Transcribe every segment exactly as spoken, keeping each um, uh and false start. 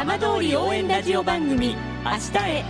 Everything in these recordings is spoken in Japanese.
浜通り応援ラジオ番組明日へ。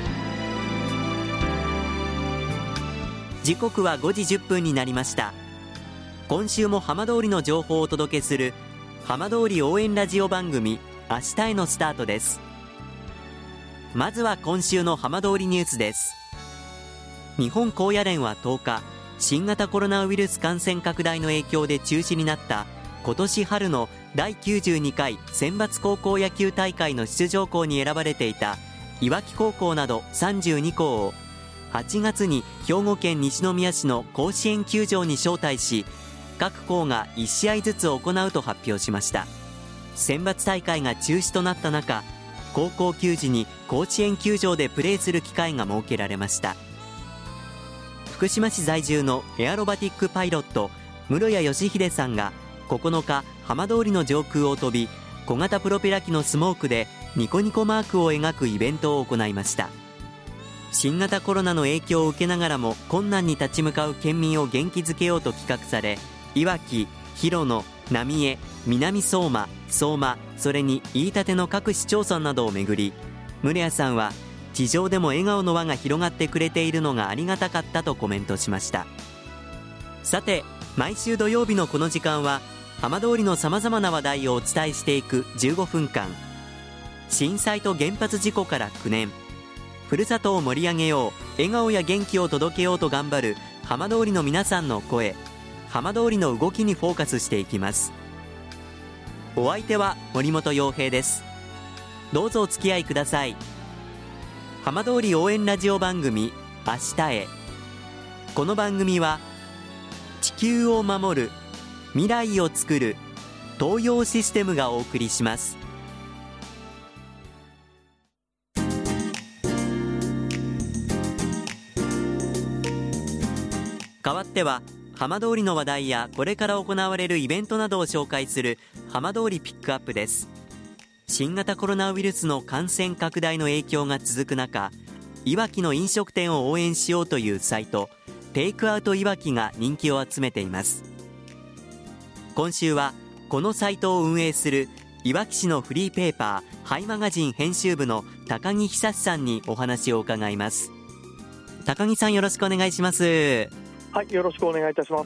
時刻はごじじゅっぷんになりました。今週も浜通りの情報をお届けする浜通り応援ラジオ番組明日へのスタートです。まずは今週の浜通りニュースです。日本高野連はとおか、新型コロナウイルス感染拡大の影響で中止になった今年春のだいきゅうじゅうにかい選抜高校野球大会の出場校に選ばれていたいわき高校などさんじゅうにこうをはちがつに兵庫県西宮市の甲子園球場に招待し、各校がいちしあいずつ行うと発表しました。選抜大会が中止となった中、高校球児に甲子園球場でプレーする機会が設けられました。福島市在住のエアロバティックパイロット室谷義秀さんがここのか浜通りの上空を飛び、小型プロペラ機のスモークでニコニコマークを描くイベントを行いました。新型コロナの影響を受けながらも困難に立ち向かう県民を元気づけようと企画され、いわき、広野、浪江、南相馬、相馬、それに飯舘の各市町村などを巡り、室谷さんは地上でも笑顔の輪が広がってくれているのがありがたかったとコメントしました。さて、毎週土曜日のこの時間は浜通りのさまざまな話題をお伝えしていくじゅうごふんかん。震災と原発事故からきゅうねん、ふるさとを盛り上げよう、笑顔や元気を届けようと頑張る浜通りの皆さんの声、浜通りの動きにフォーカスしていきます。お相手は森本洋平です。どうぞお付き合いください。浜通り応援ラジオ番組明日へ。この番組は地球を守る、未来をつくる東洋システムがお送りします。代わっては浜通りの話題やこれから行われるイベントなどを紹介する浜通りピックアップです。新型コロナウイルスの感染拡大の影響が続く中、いわきの飲食店を応援しようというサイトテイクアウトいわきが人気を集めています。今週はこのサイトを運営するいわき市のフリーペーパーハイマガジン編集部の高木久さんにお話を伺います。高木さん、よろしくお願いします。 はい、よろしくお願いいたします。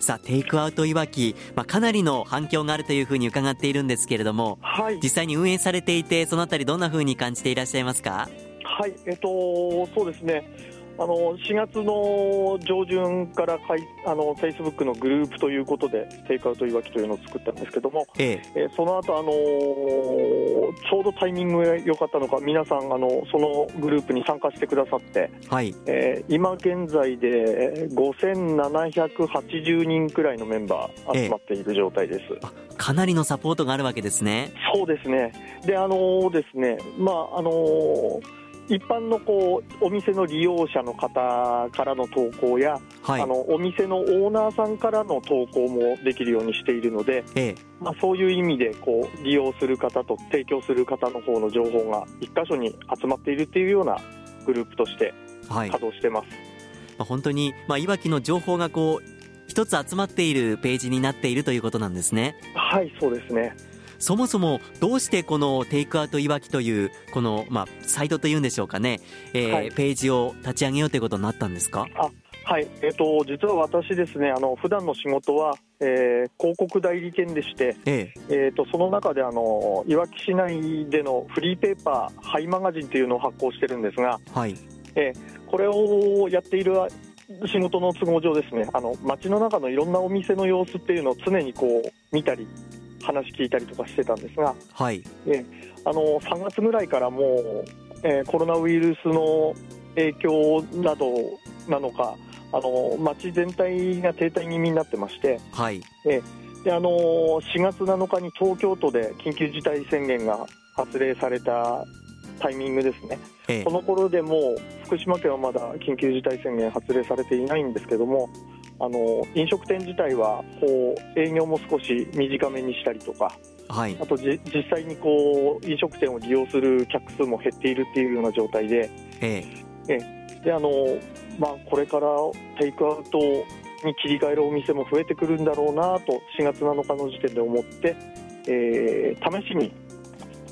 さあ、テイクアウトいわき、まあ、かなりの反響があるというふうに伺っているんですけれども、はい、実際に運営されていて、そのあたりどんなふうに感じていらっしゃいますか？ はい、えっとそうですね、あのしがつの上旬からかいあの Facebook のグループということでテイクアウトいわきというのを作ったんですけども、えええー、その後、あのー、ちょうどタイミングが良かったのか、皆さんあのそのグループに参加してくださって、はい、えー、今現在でごせんななひゃくはちじゅうにんくらいのメンバー集まっている状態です。ええ、かなりのサポートがあるわけですね。 そうですね。で、あのー、ですね、まああのー一般のこうお店の利用者の方からの投稿や、はい、あのお店のオーナーさんからの投稿もできるようにしているので、ええ、まあ、そういう意味でこう利用する方と提供する方の方の情報が一箇所に集まっているというようなグループとして稼働してます。はい、 まあ、本当に、まあ、いわきの情報がこう一つ集まっているページになっているということなんですね。 はい、そうですね。 そもそもどうしてこのテイクアウトいわきというこの、まあ、サイトというんでしょうかね、えーはい、ページを立ち上げようということになったんですか？ あ、はい、えーと、実は私ですね、あの普段の仕事は、えー、広告代理店でして、えーえーと、その中であのいわき市内でのフリーペーパーハイマガジンというのを発行してるんですが、はい、えー、これをやっている仕事の都合上ですね、あの街の中のいろんなお店の様子っていうのを常にこう見たり話聞いたりとかしてたんですが、はい、えあのさんがつぐらいからもう、えー、コロナウイルスの影響などなのか、あの街全体が停滞気味になってまして、はい、えであのしがつなのかに東京都で緊急事態宣言が発令されたタイミングですね、ええ、その頃でも福島県はまだ緊急事態宣言発令されていないんですけども、あの飲食店自体はこう営業も少し短めにしたりとか、はい、あとじ実際にこう飲食店を利用する客数も減っているっていうような状態で、えええであのまあ、これからテイクアウトに切り替えるお店も増えてくるんだろうなとしがつなのかの時点で思って、えー、試しに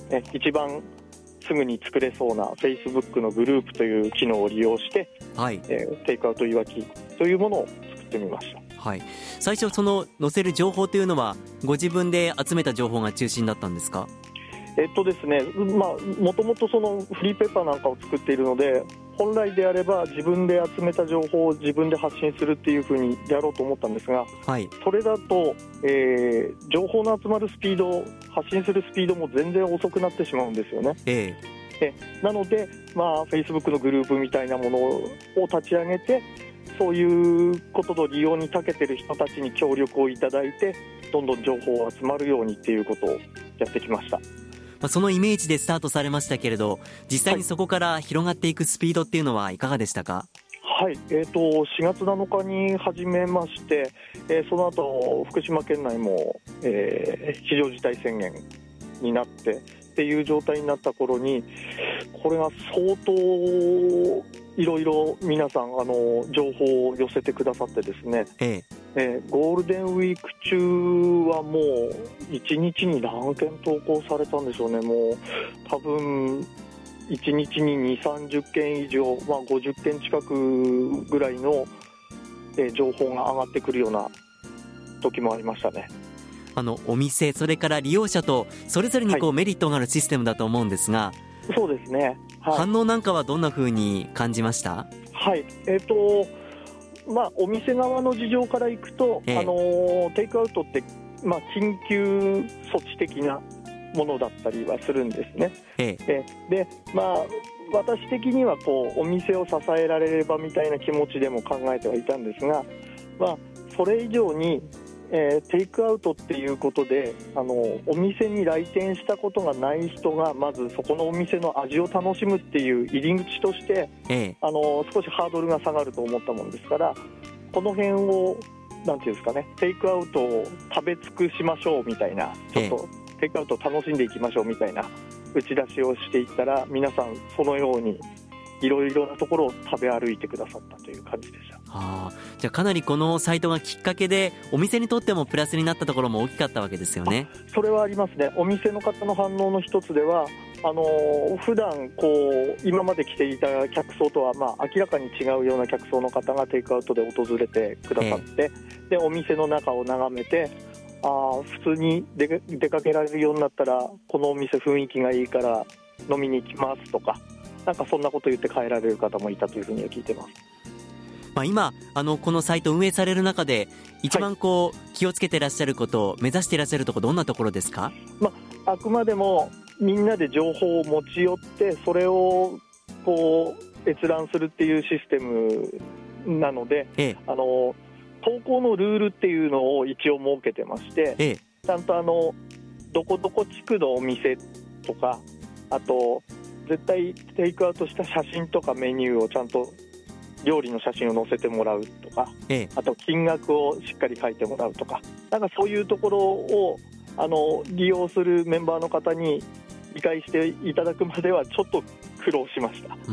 え一番すぐに作れそうな Facebook のグループという機能を利用して、はいえー、テイクアウトいわきというものを作ってみました。 はい、最初その載せる情報というのはご自分で集めた情報が中心だったんですか？ えっとですね、まあ、もともとそのフリーペーパーなんかを作っているので、本来であれば自分で集めた情報を自分で発信するっていうふうにやろうと思ったんですが、はい、それだと、えー、情報の集まるスピード、発信するスピードも全然遅くなってしまうんですよね。えー、えなので、まあ、Facebook のグループみたいなものを立ち上げて、そういうことの利用に長けている人たちに協力をいただいて、どんどん情報が集まるようにっていうことをやってきました。 まあ、そのイメージでスタートされましたけれど、実際にそこから広がっていくスピードっていうのはいかがでしたか？ はい、えー、としがつなのかに始めまして、えー、その後福島県内も、えー、非常事態宣言になってっていう状態になった頃に、これが相当いろいろ皆さんあの情報を寄せてくださってですね、えええー、ゴールデンウィーク中はもういちにちに何件投稿されたんでしょうね。もう多分いちにちににじゅう、さんじゅっけん以上、まあ、ごじゅっけん近くぐらいの、えー、情報が上がってくるような時もありましたね。 あのお店、それから利用者とそれぞれにこう、はい、メリットがあるシステムだと思うんですが、 そうですね、はい、 反応なんかはどんな風に感じました？ はい、えーとまあ、お店側の事情からいくと、ええ、あのテイクアウトって、まあ、緊急措置的なものだったりはするんですね。ええ、で、まあ、私的にはこうお店を支えられればみたいな気持ちでも考えてはいたんですが、まあ、それ以上に、えー、テイクアウトっていうことで、あのお店に来店したことがない人がまずそこのお店の味を楽しむっていう入り口として、ええ、あの少しハードルが下がると思ったものですから、この辺をなんていうんですかね、テイクアウトを食べ尽くしましょうみたいな、ちょっとテイクアウトを楽しんでいきましょうみたいな打ち出しをしていったら、皆さんそのようにいろいろなところを食べ歩いてくださったという感じでした。 はあ、じゃあかなりこのサイトがきっかけでお店にとってもプラスになったところも大きかったわけですよね。 それはありますね。お店の方の反応の一つでは、あの普段こう今まで来ていた客層とは、まあ、明らかに違うような客層の方がテイクアウトで訪れてくださって、でお店の中を眺めて、あ普通に出, 出かけられるようになったらこのお店雰囲気がいいから飲みに行きますとか、なんかそんなこと言って帰られる方もいたというふうには聞いてます。 まあ、今あのこのサイト運営される中で一番こう、はい、気をつけてらっしゃること、目指していらっしゃるところ、どんなところですか？ まあ、あくまでもみんなで情報を持ち寄ってそれをこう閲覧するっていうシステムなので、ええ、あの投稿のルールっていうのを一応設けてまして、ええ、ちゃんとあのどこどこ地区のお店とか、あと絶対テイクアウトした写真とかメニューをちゃんと料理の写真を載せてもらうとか、ええ、あと金額をしっかり書いてもらうとか、なんかそういうところをあの利用するメンバーの方に理解していただくまではちょっと苦労しました。 うん、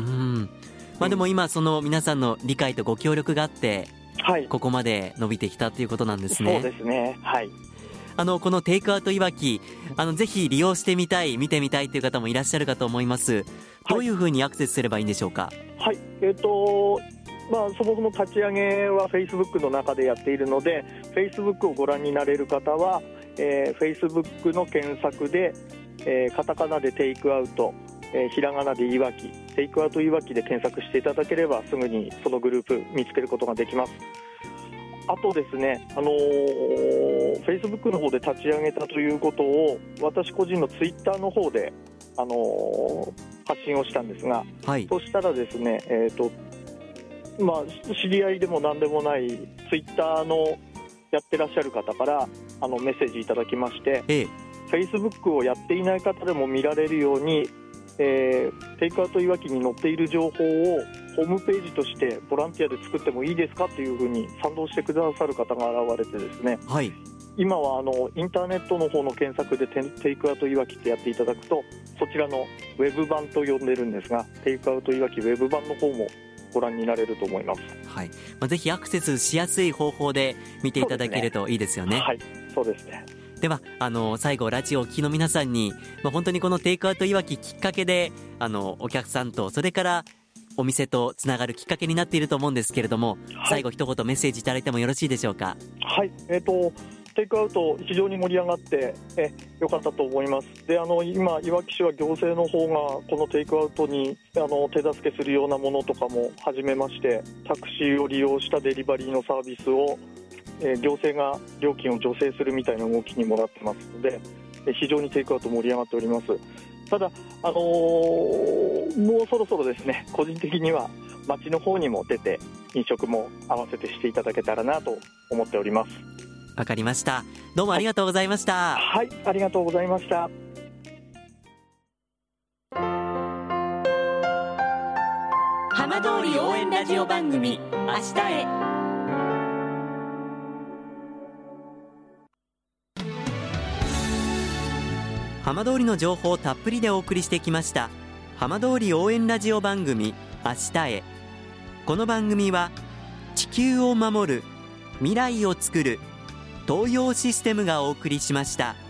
まあ、でも今その皆さんの理解とご協力があって、はい、ここまで伸びてきたということなんですね。 そうですね、はい、 あのこのテイクアウトいわき、あのぜひ利用してみたい、見てみたいという方もいらっしゃるかと思います。どういうふうにアクセスすればいいんでしょうか？ はい、えーとまあ、そもそも立ち上げは Facebook の中でやっているので、 Facebook をご覧になれる方は、えー、Facebook の検索で、えー、カタカナでテイクアウト、えー、ひらがなでいわき、テイクアウトいわきで検索していただければすぐにそのグループ見つけることができます。あとですね、あのー、Facebook の方で立ち上げたということを私個人の Twitter の方で、あのー、発信をしたんですが、はい、そしたらですね、えーとまあ、知り合いでも何でもない Twitter のやってらっしゃる方からあのメッセージいただきまして、ええ、Facebook をやっていない方でも見られるように、えー、テイクアウトいわきに載っている情報をホームページとしてボランティアで作ってもいいですかというふうに賛同してくださる方が現れてですね、はい、今はあのインターネットの方の検索でテイクアウトいわきってやっていただくと、そちらのウェブ版と呼んでるんですが、テイクアウトいわきウェブ版の方もご覧になれると思います。 はい、まあ、ぜひアクセスしやすい方法で見ていただけるといいですよね。 はい、そうですね。 ではあの最後ラジオをお聞きの皆さんに、まあ、本当にこのテイクアウトいわききっかけであのお客さんとそれからお店とつながるきっかけになっていると思うんですけれども、はい、最後一言メッセージいただいてもよろしいでしょうか。 はい、えーとテイクアウト非常に盛り上がってえよかったと思います。であの今いわき市は行政の方がこのテイクアウトにあの手助けするようなものとかも始めまして、タクシーを利用したデリバリーのサービスを、えー、行政が料金を助成するみたいな動きにもなってますので、え非常にテイクアウト盛り上がっております。ただ、あのー、もうそろそろですね、個人的には町の方にも出て飲食も合わせてしていただけたらなと思っております。 わかりました。どうもありがとうございました。 はい、はい、ありがとうございました。 浜通り応援ラジオ番組明日へ。 浜通りの情報をたっぷりでお送りしてきました浜通り応援ラジオ番組明日へ。この番組は地球を守る未来をつくる東洋システムがお送りしました。